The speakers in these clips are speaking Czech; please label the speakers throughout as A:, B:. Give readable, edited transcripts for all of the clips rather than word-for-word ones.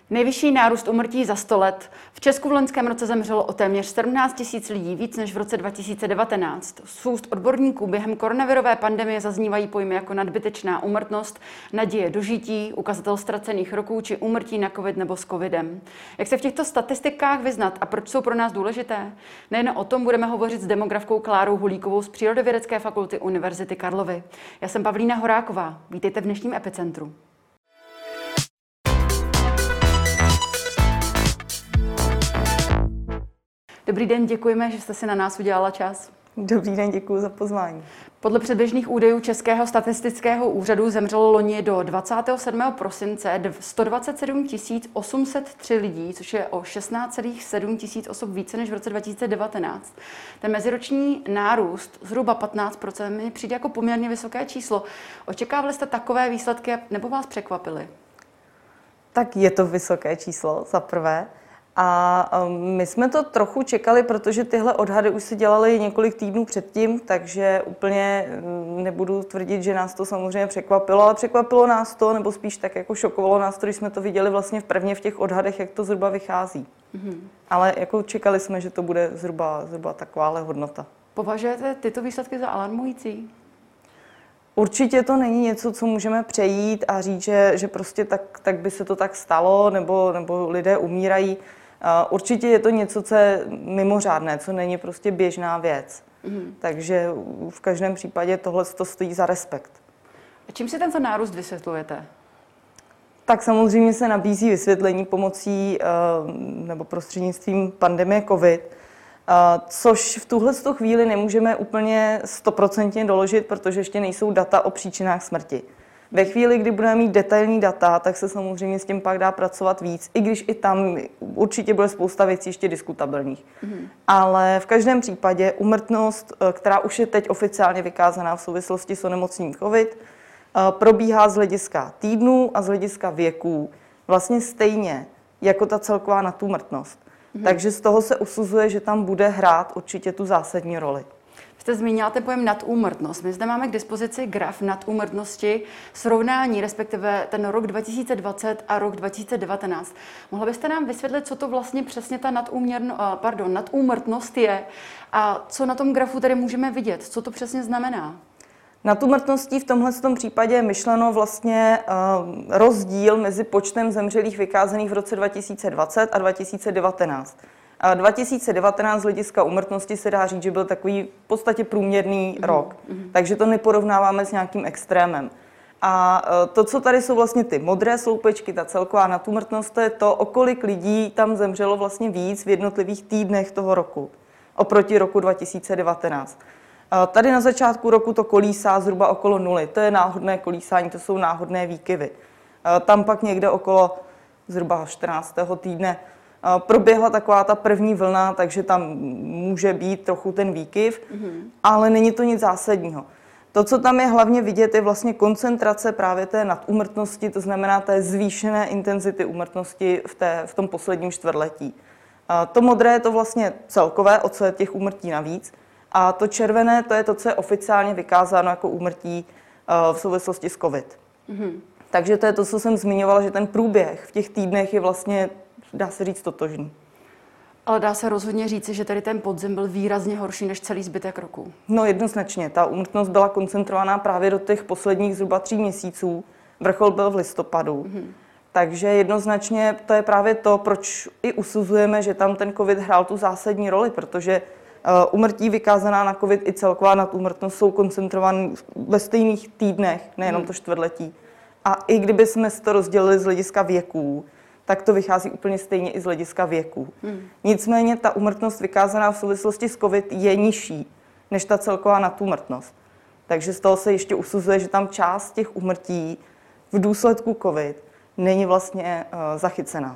A: Nejvyšší nárůst úmrtí za 100 let. V Česku v loňském roce zemřelo o téměř 17 000 lidí, víc než v roce 2019. Z úst odborníků během koronavirové pandemie zaznívají pojmy jako nadbytečná úmrtnost, naděje dožití, ukazatel ztracených roků či úmrtí na covid nebo s covidem. Jak se v těchto statistikách vyznat a proč jsou pro nás důležité? Nejen o tom budeme hovořit s demografkou Klárou Hulíkovou z Přírodovědecké fakulty Univerzity Karlovy. Já jsem Pavlína Horáková. Vítejte v dnešním Epicentru. Dobrý den, děkujeme, že jste si na nás udělala čas.
B: Dobrý den, děkuji za pozvání.
A: Podle předběžných údajů Českého statistického úřadu zemřelo loni do 27. prosince 127 803 lidí, což je o 16,7 tisíc osob více než v roce 2019. Ten meziroční nárůst zhruba 15% mi přijde jako poměrně vysoké číslo. Očekávali jste takové výsledky nebo vás překvapily?
B: Tak je to vysoké číslo, za prvé. A my jsme to trochu čekali, protože tyhle odhady už se dělaly několik týdnů předtím, takže úplně nebudu tvrdit, že nás to samozřejmě překvapilo, ale překvapilo nás to, nebo spíš tak jako šokovalo nás to, když jsme to viděli vlastně v těch odhadech, jak to zhruba vychází. Ale jako čekali jsme, že to bude zhruba takováhle hodnota.
A: Považujete tyto výsledky za alarmující?
B: Určitě to není něco, co můžeme přejít a říct, že prostě tak by se to tak stalo, nebo lidé umírají. Určitě je to něco, co je mimořádné, co není prostě běžná věc. Takže v každém případě tohle to stojí za respekt.
A: A čím si tento nárůst vysvětlujete?
B: Tak samozřejmě se nabízí vysvětlení pomocí nebo prostřednictvím pandemie COVID, což v tuhle chvíli nemůžeme úplně 100% doložit, protože ještě nejsou data o příčinách smrti. Ve chvíli, kdy budeme mít detailní data, tak se samozřejmě s tím pak dá pracovat víc, i když i tam určitě bude spousta věcí ještě diskutabilních. Ale v každém případě úmrtnost, která už je teď oficiálně vykázaná v souvislosti s onemocněním COVID, probíhá z hlediska týdnů a z hlediska věků vlastně stejně jako ta celková nadúmrtnost. Takže z toho se usuzuje, že tam bude hrát určitě tu zásadní roli.
A: Jste zmínila ten pojem nadúmrtnost. My zde máme k dispozici graf nadúmrtnosti, srovnání, respektive ten rok 2020 a rok 2019. Mohla byste nám vysvětlit, co to vlastně přesně ta nadúmrtnost je a co na tom grafu tedy můžeme vidět? Co to přesně znamená?
B: Nadúmrtností v tomhle případě je myšleno vlastně rozdíl mezi počtem zemřelých vykázaných v roce 2020 a 2019. 2019 z hlediska úmrtnosti se dá říct, že byl takový v podstatě průměrný rok, takže to neporovnáváme s nějakým extrémem. A to, co tady jsou vlastně ty modré sloupečky, ta celková nadúmrtnost, to je to, o kolik lidí tam zemřelo vlastně víc v jednotlivých týdnech toho roku, oproti roku 2019. Tady na začátku roku to kolísá zhruba okolo 0, to je náhodné kolísání, to jsou náhodné výkyvy. Tam pak někde okolo zhruba 14. týdne proběhla taková ta první vlna, takže tam může být trochu ten výkyv, ale není to nic zásadního. To, co tam je hlavně vidět, je vlastně koncentrace právě té nadúmrtnosti, to znamená té zvýšené intenzity úmrtnosti v tom posledním čtvrtletí. To modré je to vlastně celkové, o co je těch úmrtí navíc, a to červené, to je to, co je oficiálně vykázáno jako úmrtí v souvislosti s COVID. Takže to je to, co jsem zmiňovala, že ten průběh v těch týdnech je vlastně, dá se říct, totožný.
A: Ale dá se rozhodně říci, že tady ten podzim byl výrazně horší než celý zbytek roku.
B: No jednoznačně, ta úmrtnost byla koncentrovaná právě do těch posledních zhruba 3 měsíců. Vrchol byl v listopadu. Takže jednoznačně to je právě to, proč i usuzujeme, že tam ten COVID hrál tu zásadní roli, protože úmrtí vykázaná na COVID i celková nadúmrtnost jsou koncentrované ve stejných týdnech, nejenom to čtvrtletí. A i kdyby jsme to rozdělili z hlediska věků, tak to vychází úplně stejně i z hlediska věků. Nicméně ta úmrtnost vykázaná v souvislosti s COVID je nižší než ta celková nadúmrtnost. Takže z toho se ještě usuzuje, že tam část těch úmrtí v důsledku COVID není vlastně zachycená.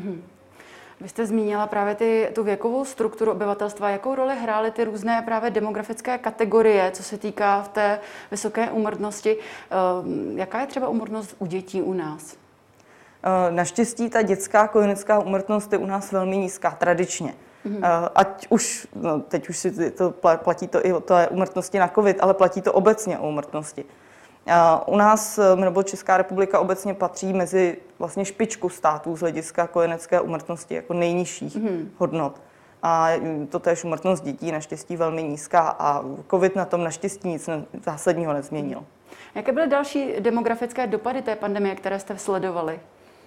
A: Vy jste zmínila právě tu věkovou strukturu obyvatelstva. Jakou roli hrály ty různé právě demografické kategorie, co se týká v té vysoké úmrtnosti? Jaká je třeba úmrtnost u dětí u nás?
B: Naštěstí ta dětská kojenická úmrtnost je u nás velmi nízká, tradičně. Ať už, teď už si to platí to i o té úmrtnosti na COVID, ale platí to obecně o úmrtnosti. U nás, nebo Česká republika obecně patří mezi vlastně špičku států z hlediska kojenecké úmrtnosti, jako nejnižších hodnot. A to též úmrtnost dětí naštěstí velmi nízká a covid na tom naštěstí nic zásadního nezměnil.
A: Jaké byly další demografické dopady té pandemie, které jste sledovali?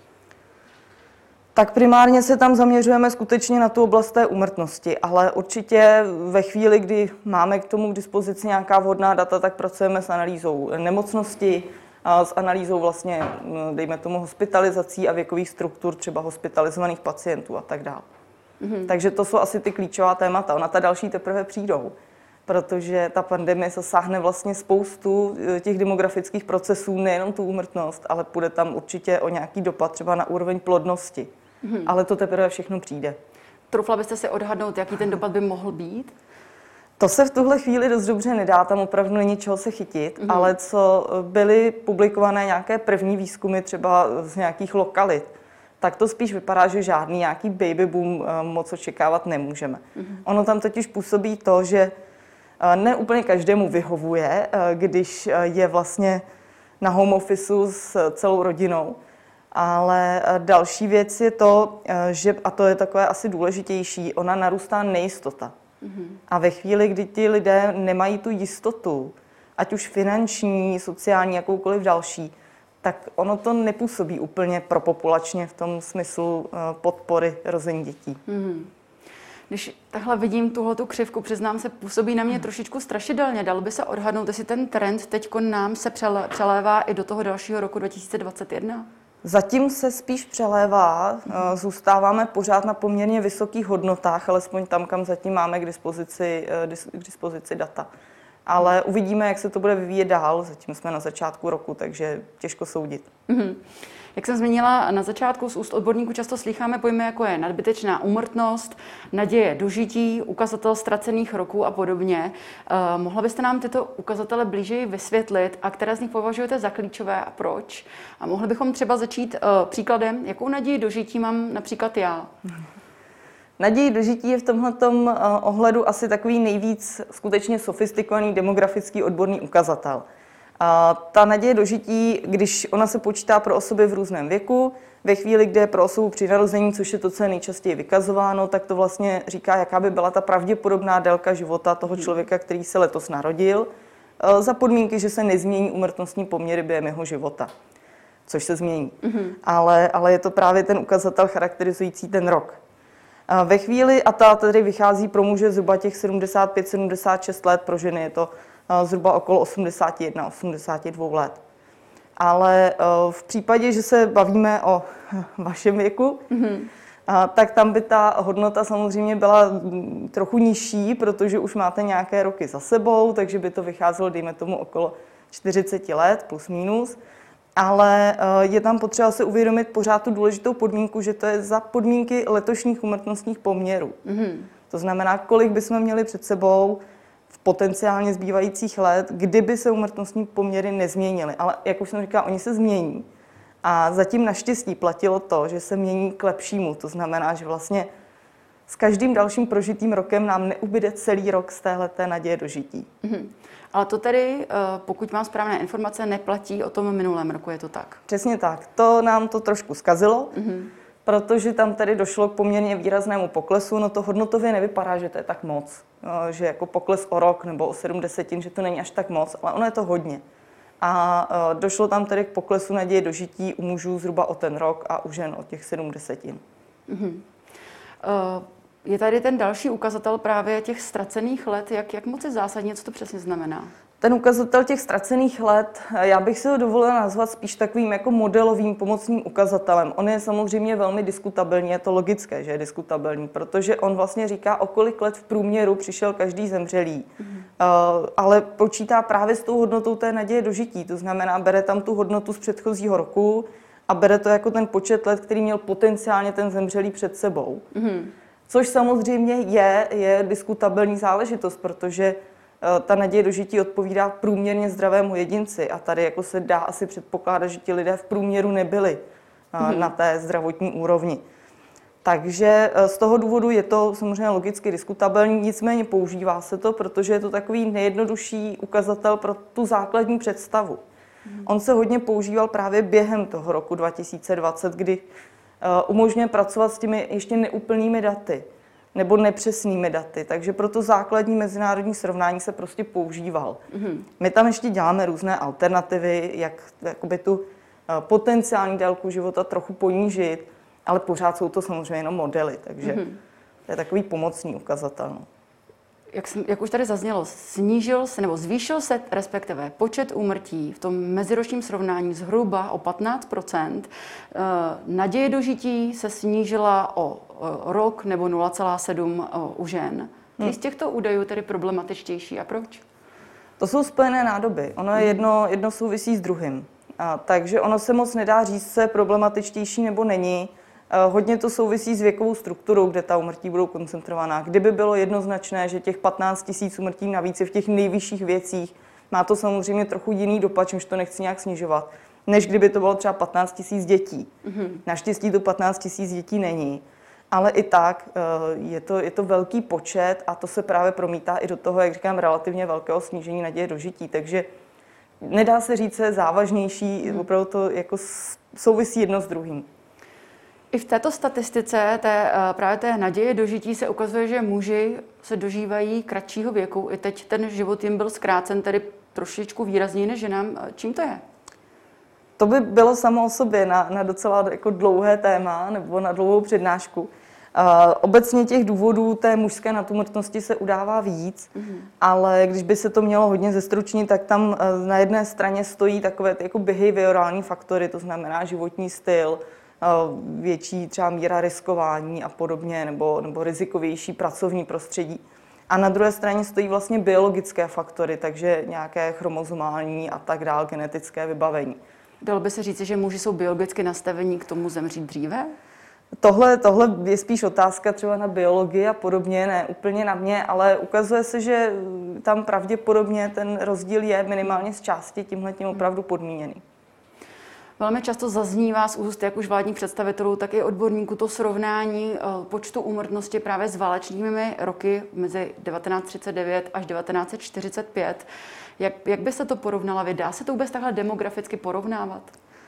B: Tak primárně se tam zaměřujeme skutečně na tu oblast té úmrtnosti, ale určitě ve chvíli, kdy máme k tomu k dispozici nějaká vhodná data, tak pracujeme s analýzou nemocnosti, a s analýzou vlastně, dejme tomu, hospitalizací a věkových struktur třeba hospitalizovaných pacientů a tak dále. Takže to jsou asi ty klíčová témata. Ona ta další teprve přijdou, protože ta pandemie zasáhne vlastně spoustu těch demografických procesů, nejenom tu úmrtnost, ale půjde tam určitě o nějaký dopad třeba na úroveň plodnosti. Ale to teprve všechno přijde.
A: Troufla byste si odhadnout, jaký ten dopad by mohl být?
B: To se v tuhle chvíli dost dobře nedá, tam opravdu není čeho se chytit, ale co byly publikované nějaké první výzkumy třeba z nějakých lokalit, tak to spíš vypadá, že žádný nějaký baby boom moc očekávat nemůžeme. Ono tam totiž působí to, že ne úplně každému vyhovuje, když je vlastně na home officeu s celou rodinou. Ale další věc je to, že, a to je takové asi důležitější, ona narůstá nejistota. A ve chvíli, kdy ti lidé nemají tu jistotu, ať už finanční, sociální, jakoukoliv další, tak ono to nepůsobí úplně propopulačně v tom smyslu podpory rození dětí.
A: Když takhle vidím tuhletu křivku, přiznám se, působí na mě trošičku strašidelně. Dalo by se odhadnout, jestli ten trend teďko nám se přelévá i do toho dalšího roku 2021?
B: Zatím se spíš přelévá, zůstáváme pořád na poměrně vysokých hodnotách, alespoň tam, kam zatím máme k dispozici data. Ale uvidíme, jak se to bude vyvíjet dál, zatím jsme na začátku roku, takže těžko soudit.
A: Jak jsem zmínila na začátku, z úst odborníků často slýcháme pojmy, jako je nadbytečná úmrtnost, naděje dožití, ukazatel ztracených roků a podobně. Mohla byste nám tyto ukazatele blíže vysvětlit a které z nich považujete za klíčové a proč? A mohli bychom třeba začít příkladem, jakou naději dožití mám například já?
B: Naději dožití je v tomhletom ohledu asi takový nejvíc skutečně sofistikovaný demografický odborný ukazatel. Ta naděje dožití, když ona se počítá pro osoby v různém věku, ve chvíli, kde je pro osobu při narození, což je to, co je nejčastěji vykazováno, tak to vlastně říká, jaká by byla ta pravděpodobná délka života toho člověka, který se letos narodil, za podmínky, že se nezmění úmrtnostní poměry během jeho života, což se změní. Ale je to právě ten ukazatel charakterizující ten rok. Ve chvíli, a ta tedy vychází pro muže zhruba těch 75-76 let, pro ženy je to zhruba okolo 81-82 let. Ale v případě, že se bavíme o vašem věku, tak tam by ta hodnota samozřejmě byla trochu nižší, protože už máte nějaké roky za sebou, takže by to vycházelo, dejme tomu, okolo 40 let plus minus. Ale je tam potřeba se uvědomit pořád tu důležitou podmínku, že to je za podmínky letošních úmrtnostních poměrů. To znamená, kolik bychom měli před sebou v potenciálně zbývajících let, kdyby se úmrtnostní poměry nezměnily. Ale jak už jsem říkala, oni se změní. A zatím naštěstí platilo to, že se mění k lepšímu. To znamená, že vlastně s každým dalším prožitým rokem nám neubyde celý rok z téhleté naděje dožití.
A: Ale to tedy, pokud mám správné informace, neplatí o tom minulém roku, je to tak?
B: Přesně tak. To nám to trošku zkazilo, protože tam tedy došlo k poměrně výraznému poklesu. No to hodnotově nevypadá, že to je tak moc, že jako pokles o rok nebo o 7 desetin, že to není až tak moc, ale ono je to hodně. A došlo tam tedy k poklesu naděje dožití u mužů zhruba o ten rok a u žen o těch 7 desetin.
A: Je tady ten další ukazatel právě těch ztracených let. Jak moc je zásadně, co to přesně znamená?
B: Ten ukazatel těch ztracených let, já bych si ho dovolila nazvat spíš takovým jako modelovým pomocným ukazatelem. On je samozřejmě velmi diskutabilní, je to logické, že je diskutabilní, protože on vlastně říká, o kolik let v průměru přišel každý zemřelý. Ale počítá právě s tou hodnotou té naděje dožití, to znamená, bere tam tu hodnotu z předchozího roku a bere to jako ten počet let, který měl potenciálně ten zemřelý před sebou. Což samozřejmě je diskutabilní záležitost, protože ta naděje dožití odpovídá průměrně zdravému jedinci a tady jako se dá asi předpokládat, že ti lidé v průměru nebyli na té zdravotní úrovni. Takže z toho důvodu je to samozřejmě logicky diskutabilní, nicméně používá se to, protože je to takový nejjednodušší ukazatel pro tu základní představu. On se hodně používal právě během toho roku 2020, kdy umožňuje pracovat s těmi ještě neúplnými daty nebo nepřesnými daty, takže proto základní mezinárodní srovnání se prostě používal. My tam ještě děláme různé alternativy, jak jakoby tu potenciální délku života trochu ponížit, ale pořád jsou to samozřejmě jenom modely, takže to je takový pomocný ukazatel. No.
A: Jak už tady zaznělo, zvýšil se respektive počet úmrtí v tom meziročním srovnání zhruba o 15%. Naděje dožití se snížila o rok nebo 0,7 u žen. Je z těchto údajů tedy problematičtější a proč?
B: To jsou spojené nádoby. Ono je jedno souvisí s druhým. Takže ono se moc nedá říct, co je problematičtější nebo není. Hodně to souvisí s věkovou strukturou, kde ta úmrtí budou koncentrovaná. Kdyby bylo jednoznačné, že těch 15 000 úmrtí navíc je v těch nejvyšších věcích, má to samozřejmě trochu jiný dopad, čímž to nechci nějak snižovat, než kdyby to bylo třeba 15 000 dětí. Naštěstí to 15 000 dětí není, ale i tak je to velký počet a to se právě promítá i do toho, jak říkám, relativně velkého snížení naděje dožití. Takže nedá se říct, co je závažnější, opravdu to jako souvisí jedno s druhým.
A: I v této statistice právě té naděje dožití se ukazuje, že muži se dožívají kratšího věku. I teď ten život jim byl zkrácen tedy trošičku výrazněji než ženám. Čím to je?
B: To by bylo samo o sobě na docela jako dlouhé téma nebo na dlouhou přednášku. Obecně těch důvodů té mužské nadúmrtnosti se udává víc, ale když by se to mělo hodně zestručnit, tak tam na jedné straně stojí takové ty jako behaviorální faktory, to znamená životní styl, větší třeba míra riskování a podobně, nebo rizikovější pracovní prostředí. A na druhé straně stojí vlastně biologické faktory, takže nějaké chromozomální a tak dále, genetické vybavení.
A: Dalo by se říct, že muži jsou biologicky nastavení k tomu zemřít dříve?
B: Tohle je spíš otázka třeba na biologii a podobně, ne úplně na mě, ale ukazuje se, že tam pravděpodobně ten rozdíl je minimálně z části tímhletím opravdu podmíněný.
A: Velmi často zaznívá z úst jak už vládních představitelů, tak i odborníků to srovnání počtu úmrtnosti právě s válečnými roky mezi 1939 až 1945. Jak by se to porovnala vy? Dá se to vůbec takhle demograficky porovnávat?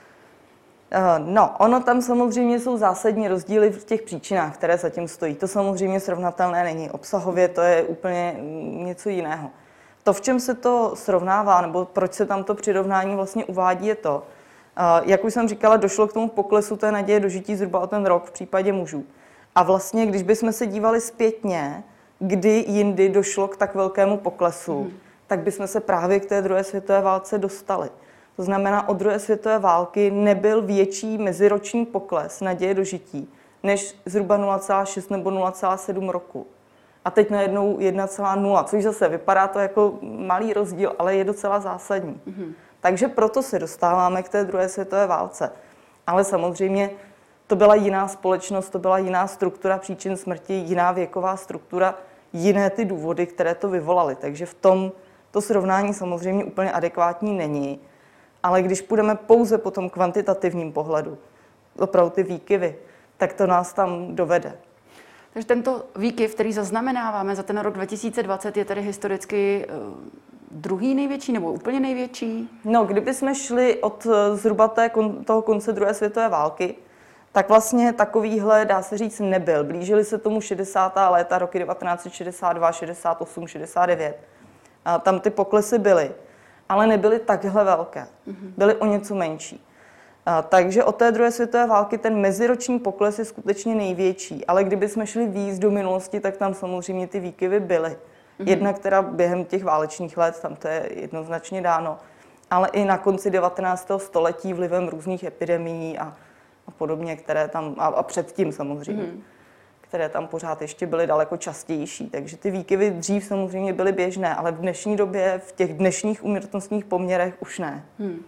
B: No, ono tam samozřejmě jsou zásadní rozdíly v těch příčinách, které zatím stojí. To samozřejmě srovnatelné není. Obsahově to je úplně něco jiného. To, v čem se to srovnává, nebo proč se tam to přirovnání vlastně uvádí, je to, jak už jsem říkala, došlo k tomu poklesu té naděje dožití zhruba o ten rok v případě mužů. A vlastně, když bychom se dívali zpětně, kdy jindy došlo k tak velkému poklesu, tak bychom se právě k té druhé světové válce dostali. To znamená, od druhé světové války nebyl větší meziroční pokles naděje dožití než zhruba 0,6 nebo 0,7 roku. A teď najednou 1,0, což zase vypadá to jako malý rozdíl, ale je docela zásadní. Takže proto se dostáváme k té druhé světové válce. Ale samozřejmě to byla jiná společnost, to byla jiná struktura příčin smrti, jiná věková struktura, jiné ty důvody, které to vyvolaly. Takže v tom to srovnání samozřejmě úplně adekvátní není. Ale když půjdeme pouze po tom kvantitativním pohledu, opravdu ty výkyvy, tak to nás tam dovede.
A: Takže tento výkyv, který zaznamenáváme za ten rok 2020, je tedy historicky druhý největší nebo úplně největší? No,
B: kdybychom šli od zhruba toho konce druhé světové války, tak vlastně takovýhle, dá se říct, nebyl. Blížili se tomu 60. léta, roky 1962, 68, 69. A tam ty poklesy byly, ale nebyly takhle velké. Byly o něco menší. Takže od té druhé světové války ten meziroční pokles je skutečně největší, ale kdybychom šli víc do minulosti, tak tam samozřejmě ty výkyvy byly. Jedna, která během těch válečných let, tam to je jednoznačně dáno, ale i na konci 19. století vlivem různých epidemií a podobně, které tam, a předtím samozřejmě, které tam pořád ještě byly daleko častější. Takže ty výkyvy dřív samozřejmě byly běžné, ale v dnešní době, v těch dnešních úmrtnostních poměrech už ne.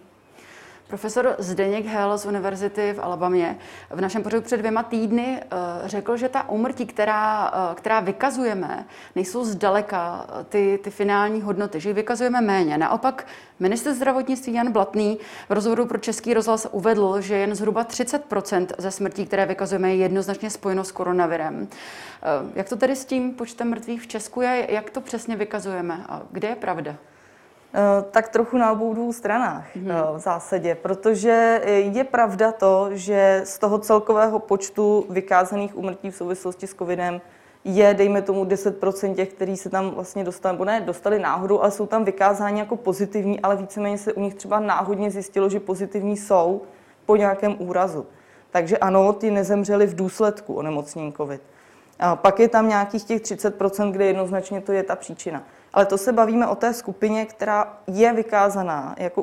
A: Profesor Zdeněk Hell z Univerzity v Alabamě v našem pořadu před 2 týdny řekl, že ta úmrtí, která vykazujeme, nejsou zdaleka ty finální hodnoty, že ji vykazujeme méně. Naopak ministr zdravotnictví Jan Blatný v rozhovoru pro Český rozhlas uvedl, že jen zhruba 30% ze smrtí, které vykazujeme, je jednoznačně spojeno s koronavirem. Jak to tedy s tím počtem mrtvých v Česku je? Jak to přesně vykazujeme? A kde je pravda?
B: Tak trochu na obou dvou stranách v zásadě, protože je pravda to, že z toho celkového počtu vykázaných úmrtí v souvislosti s covidem je, dejme tomu, 10% těch, kteří se tam vlastně dostali náhodou, ale jsou tam vykázáni jako pozitivní, ale víceméně se u nich třeba náhodně zjistilo, že pozitivní jsou po nějakém úrazu. Takže ano, ty nezemřeli v důsledku onemocnění covid. A pak je tam nějakých těch 30%, kde jednoznačně to je ta příčina. Ale to se bavíme o té skupině, která je vykázaná jako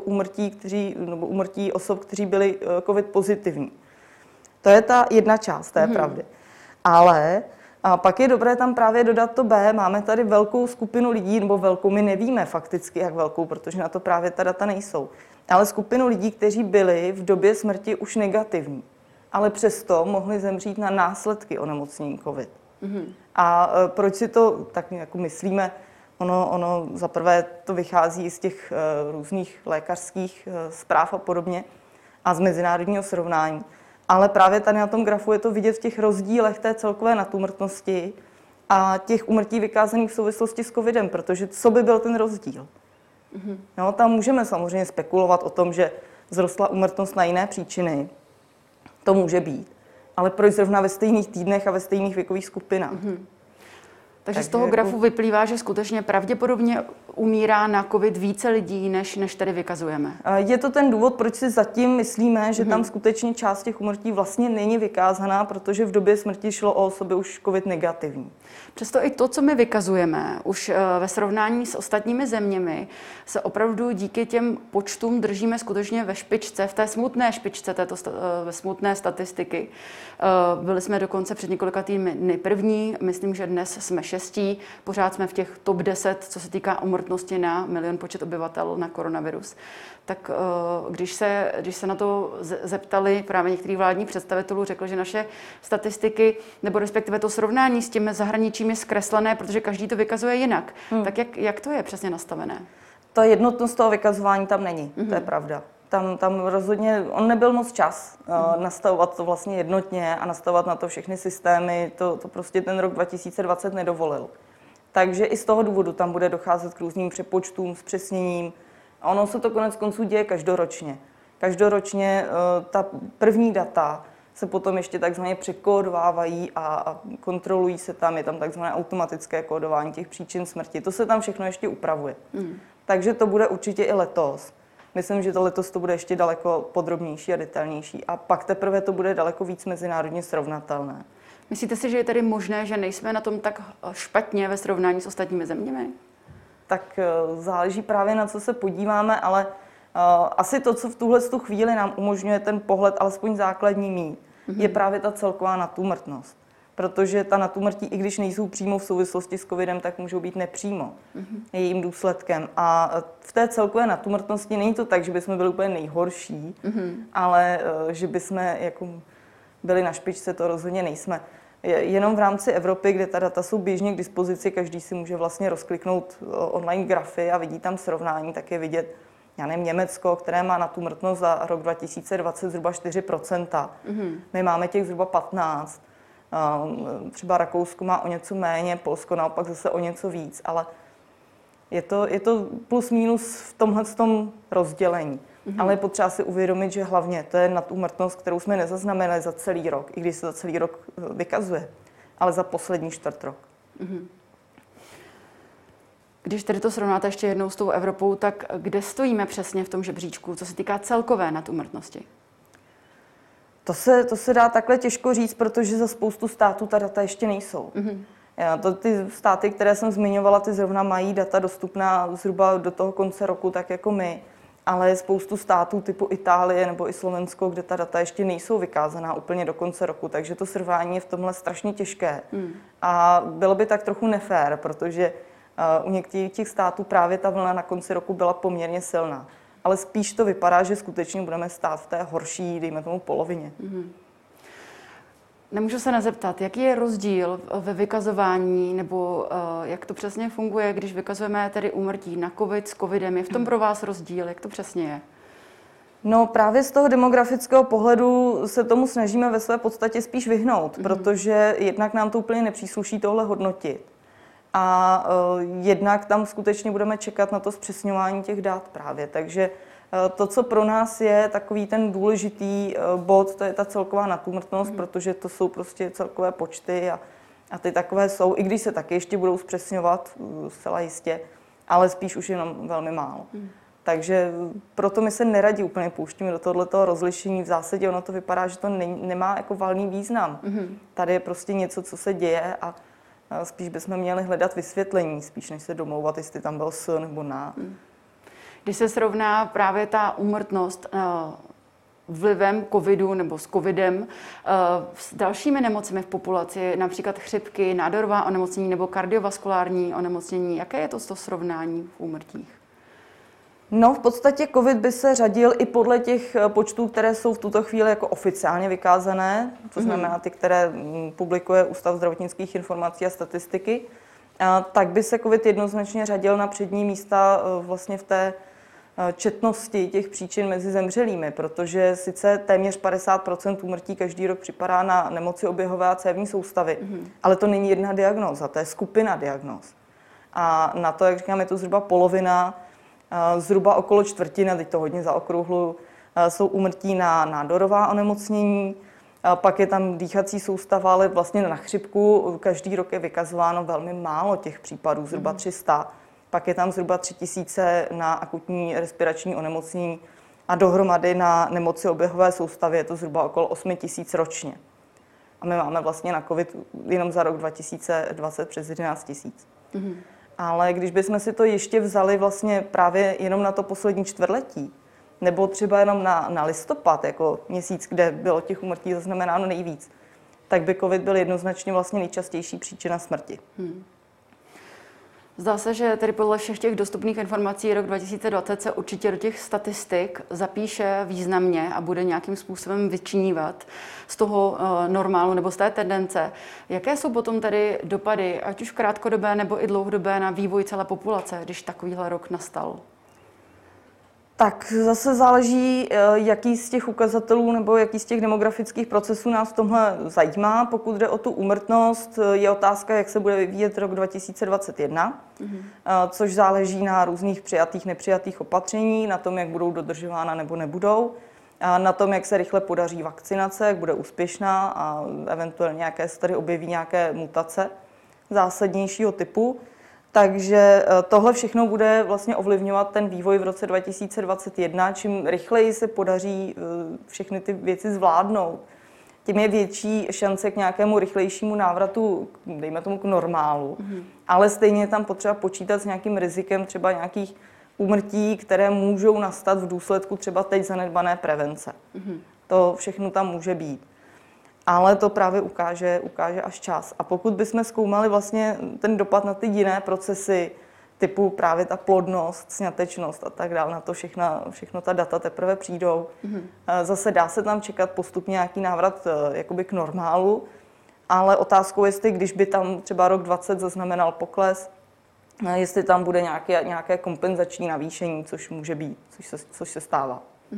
B: úmrtí osob, kteří byli covid pozitivní. To je ta jedna část té pravdy. Ale a pak je dobré tam právě dodat to B. Máme tady velkou skupinu lidí, nebo velkou, my nevíme fakticky, jak velkou, protože na to právě ta data nejsou. Ale skupinu lidí, kteří byli v době smrti už negativní, ale přesto mohli zemřít na následky onemocnění covid. A proč si to tak jako myslíme? Ono zaprvé to vychází z těch různých lékařských zpráv a podobně a z mezinárodního srovnání. Ale právě tady na tom grafu je to vidět v těch rozdílech té celkové nadúmrtnosti a těch úmrtí vykázaných v souvislosti s covidem, protože co by byl ten rozdíl? No, tam můžeme samozřejmě spekulovat o tom, že vzrostla úmrtnost na jiné příčiny. To může být. Ale proč zrovna ve stejných týdnech a ve stejných věkových skupinách?
A: Takže z toho grafu vyplývá, že skutečně pravděpodobně umírá na covid více lidí, než tady vykazujeme.
B: Je to ten důvod, proč si zatím myslíme, že tam skutečně část těch úmrtí vlastně není vykázaná, protože v době smrti šlo o osoby už covid negativní.
A: Přesto i to, co my vykazujeme, už ve srovnání s ostatními zeměmi, se opravdu díky těm počtům držíme skutečně ve špičce, v té smutné špičce této smutné statistiky. Byli jsme dokonce před několika týdny první, myslím, že dnes jsme šestí, pořád jsme v těch top 10, co se týká úmrtnosti na milion počet obyvatel na koronavirus. Tak když se na to zeptali právě některých vládních představitelů, řekl, že naše statistiky, nebo respektive to srovnání s tím zahraničím je zkreslené, protože každý to vykazuje jinak. Tak jak to je přesně nastavené?
B: Ta jednotnost toho vykazování tam není, to je pravda. Tam rozhodně, on nebyl moc čas nastavovat to vlastně jednotně a nastavovat na to všechny systémy, to prostě ten rok 2020 nedovolil. Takže i z toho důvodu tam bude docházet k různým přepočtům, zpřesněním. A ono se to konec konců děje každoročně. Každoročně ta první data se potom ještě takzvaně překódovávají a kontrolují se tam, je tam takzvané automatické kódování těch příčin smrti. To se tam všechno ještě upravuje. Takže to bude určitě i letos. Myslím, že to letos to bude ještě daleko podrobnější a detailnější a pak teprve to bude daleko víc mezinárodně srovnatelné.
A: Myslíte si, že je tedy možné, že nejsme na tom tak špatně ve srovnání s ostatními zeměmi?
B: Tak záleží právě na co se podíváme, ale asi to, co v tuhle chvíli nám umožňuje ten pohled alespoň základní mít, je právě ta celková nadúmrtnost. Protože ta nadúmrtí, i když nejsou přímo v souvislosti s covidem, tak můžou být nepřímo jejím důsledkem. A v té celkové nadúmrtnosti není to tak, že bychom byli úplně nejhorší, ale že bychom jako byli na špičce, to rozhodně nejsme. Jenom v rámci Evropy, kde ta data jsou běžně k dispozici, každý si může vlastně rozkliknout online grafy a vidí tam srovnání, tak je vidět, já nevím, Německo, které má nadúmrtnost za rok 2020 zhruba 4%. My máme těch zhruba 15%. Třeba Rakousko má o něco méně, Polsko naopak zase o něco víc, ale je to plus minus v tomhletom rozdělení. Ale je potřeba si uvědomit, že hlavně to je nadúmrtnost, kterou jsme nezaznamenali za celý rok, i když se za celý rok vykazuje, ale za poslední čtvrtrok.
A: Když tedy to srovnáte ještě jednou s tou Evropou, tak kde stojíme přesně v tom žebříčku, co se týká celkové nadúmrtnosti?
B: To se dá takhle těžko říct, protože za spoustu států ta data ještě nejsou. Ty státy, které jsem zmiňovala, ty zrovna mají data dostupná zhruba do toho konce roku, tak jako my. Ale je spoustu států typu Itálie nebo i Slovensko, kde ta data ještě nejsou vykázaná úplně do konce roku, takže to srovnání je v tomhle strašně těžké. A bylo by tak trochu nefér, protože u některých těch států právě ta vlna na konci roku byla poměrně silná. Ale spíš to vypadá, že skutečně budeme stát v té horší, dejme tomu, polovině.
A: Nemůžu se nezeptat, jaký je rozdíl ve vykazování, nebo jak to přesně funguje, když vykazujeme tedy úmrtí na covid s covidem? Je v tom pro vás rozdíl? Jak to přesně je?
B: No právě z toho demografického pohledu se tomu snažíme ve své podstatě spíš vyhnout, protože jednak nám to úplně nepřísluší tohle hodnotit. a jednak tam skutečně budeme čekat na to zpřesňování těch dat právě. Takže to, co pro nás je takový ten důležitý bod, to je ta celková nadúmrtnost, protože to jsou prostě celkové počty a ty takové jsou, i když se taky ještě budou zpřesňovat, zcela jistě, ale spíš už jenom velmi málo. Takže proto my se neradi úplně pouštíme do tohoto rozlišení. V zásadě ono to vypadá, že to nemá jako valný význam. Tady je prostě něco, co se děje a spíš bychom měli hledat vysvětlení, spíš než se domlouvat, jestli tam byl s nebo na.
A: Když se srovná právě ta úmrtnost vlivem covidu nebo s covidem s dalšími nemocemi v populaci, například chřipky, nádorová onemocnění nebo kardiovaskulární onemocnění, jaké je to srovnání v úmrtích?
B: No, v podstatě covid by se řadil i podle těch počtů, které jsou v tuto chvíli jako oficiálně vykázané, to znamená ty, které publikuje Ústav zdravotnických informací a statistiky, tak by se covid jednoznačně řadil na přední místa vlastně v té četnosti těch příčin mezi zemřelými, protože sice téměř 50% úmrtí každý rok připadá na nemoci oběhové a cévní soustavy, ale to není jedna diagnóza, to je skupina diagnóz. A na to, jak říkám, je to zhruba polovina, zhruba okolo čtvrtina, teď to hodně zaokrouhlu, jsou úmrtí na nádorová onemocnění, pak je tam dýchací soustava, ale vlastně na chřipku každý rok je vykazováno velmi málo těch případů, zhruba 300. Pak je tam zhruba 3000 na akutní respirační onemocnění a dohromady na nemoci oběhové soustavy je to zhruba okolo 8000 ročně. A my máme vlastně na covid jenom za rok 2020 přes 11 000. Ale když bychom si to ještě vzali vlastně právě jenom na to poslední čtvrtletí, nebo třeba jenom na listopad, jako měsíc, kde bylo těch úmrtí zaznamenáno nejvíc, tak by covid byl jednoznačně vlastně nejčastější příčina smrti.
A: Zdá se, že tedy podle všech těch dostupných informací rok 2020 se určitě do těch statistik zapíše významně a bude nějakým způsobem vyčnívat z toho normálu nebo z té tendence. Jaké jsou potom tedy dopady, ať už krátkodobé nebo i dlouhodobé, na vývoj celé populace, když takovýhle rok nastal?
B: Tak zase záleží, jaký z těch ukazatelů nebo jaký z těch demografických procesů nás v tomhle zajímá. Pokud jde o tu úmrtnost, je otázka, jak se bude vyvíjet rok 2021, což záleží na různých přijatých, nepřijatých opatření, na tom, jak budou dodržována nebo nebudou, a na tom, jak se rychle podaří vakcinace, jak bude úspěšná a eventuálně nějaké se tady objeví nějaké mutace zásadnějšího typu. Takže tohle všechno bude vlastně ovlivňovat ten vývoj v roce 2021. Čím rychleji se podaří všechny ty věci zvládnout, tím je větší šance k nějakému rychlejšímu návratu, dejme tomu k normálu. Ale stejně je tam potřeba počítat s nějakým rizikem třeba nějakých úmrtí, které můžou nastat v důsledku třeba teď zanedbané prevence. To všechno tam může být. Ale to právě ukáže až čas. A pokud bychom zkoumali vlastně ten dopad na ty jiné procesy, typu právě ta plodnost, sňatečnost a tak dále, na to všechno ta data teprve přijdou. Zase dá se tam čekat postupně nějaký návrat jakoby k normálu, ale otázkou je, jestli když by tam třeba rok 20 zaznamenal pokles, jestli tam bude nějaké kompenzační navýšení, což může být, což se stává.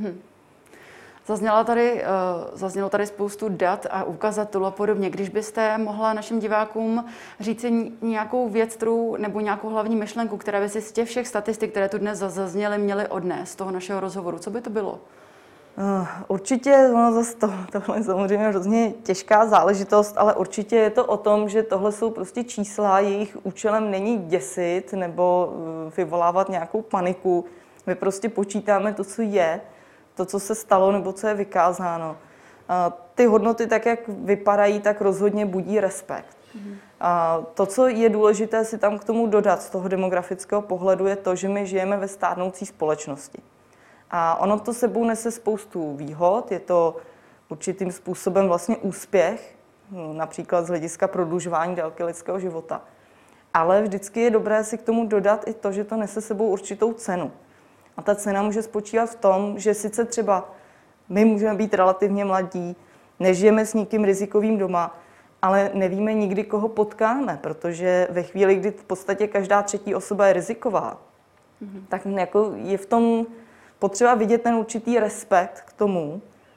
A: Zaznělo tady spoustu dat a ukazatelů a podobně. Když byste mohla našim divákům říct nějakou věc, nebo nějakou hlavní myšlenku, která by si z těch všech statistik, které tu dnes zazněly, měly odnést z toho našeho rozhovoru, co by to bylo?
B: Určitě, tohle je samozřejmě hrozně těžká záležitost, ale určitě je to o tom, že tohle jsou prostě čísla, jejich účelem není děsit nebo vyvolávat nějakou paniku. My prostě počítáme to, co je, to, co se stalo nebo co je vykázáno. Ty hodnoty, tak jak vypadají, tak rozhodně budí respekt. To, co je důležité si tam k tomu dodat z toho demografického pohledu, je to, že my žijeme ve stárnoucí společnosti. A ono to sebou nese spoustu výhod, je to určitým způsobem vlastně úspěch, například z hlediska prodlužování délky lidského života. Ale vždycky je dobré si k tomu dodat i to, že to nese sebou určitou cenu. A ta cena může spočívat v tom, že sice třeba my můžeme být relativně mladí, nežijeme s nikým rizikovým doma, ale nevíme nikdy, koho potkáme, protože ve chvíli, kdy v podstatě každá třetí osoba je riziková, tak jako je v tom potřeba vidět ten určitý respekt k tomu,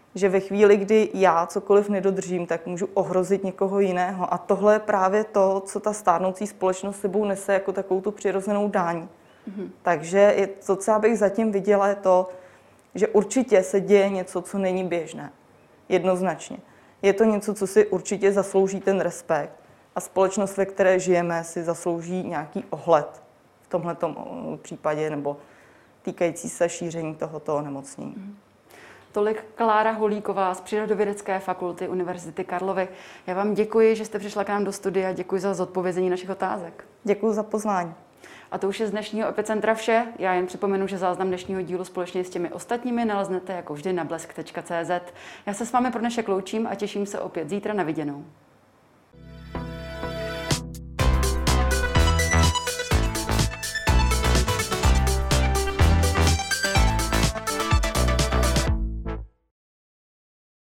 B: že ve chvíli, kdy já cokoliv nedodržím, tak můžu ohrozit někoho jiného. A tohle je právě to, co ta stárnoucí společnost sebou nese jako takovou tu přirozenou daň. Takže to, co já bych zatím viděla, je to, že určitě se děje něco, co není běžné. Jednoznačně. Je to něco, co si určitě zaslouží ten respekt. A společnost, ve které žijeme, si zaslouží nějaký ohled v tomhletom případě nebo týkající se šíření tohoto onemocnění.
A: Tolik Klára Holíková z Přírodovědecké fakulty Univerzity Karlovy. Já vám děkuji, že jste přišla k nám do studia. Děkuji za zodpovězení našich otázek.
B: Děkuji za pozvání.
A: A to už je z dnešního Epicentra vše. Já jen připomenu, že záznam dnešního dílu společně s těmi ostatními naleznete jako vždy na blesk.cz. Já se s vámi pro dnešek loučím a těším se opět zítra na viděnou.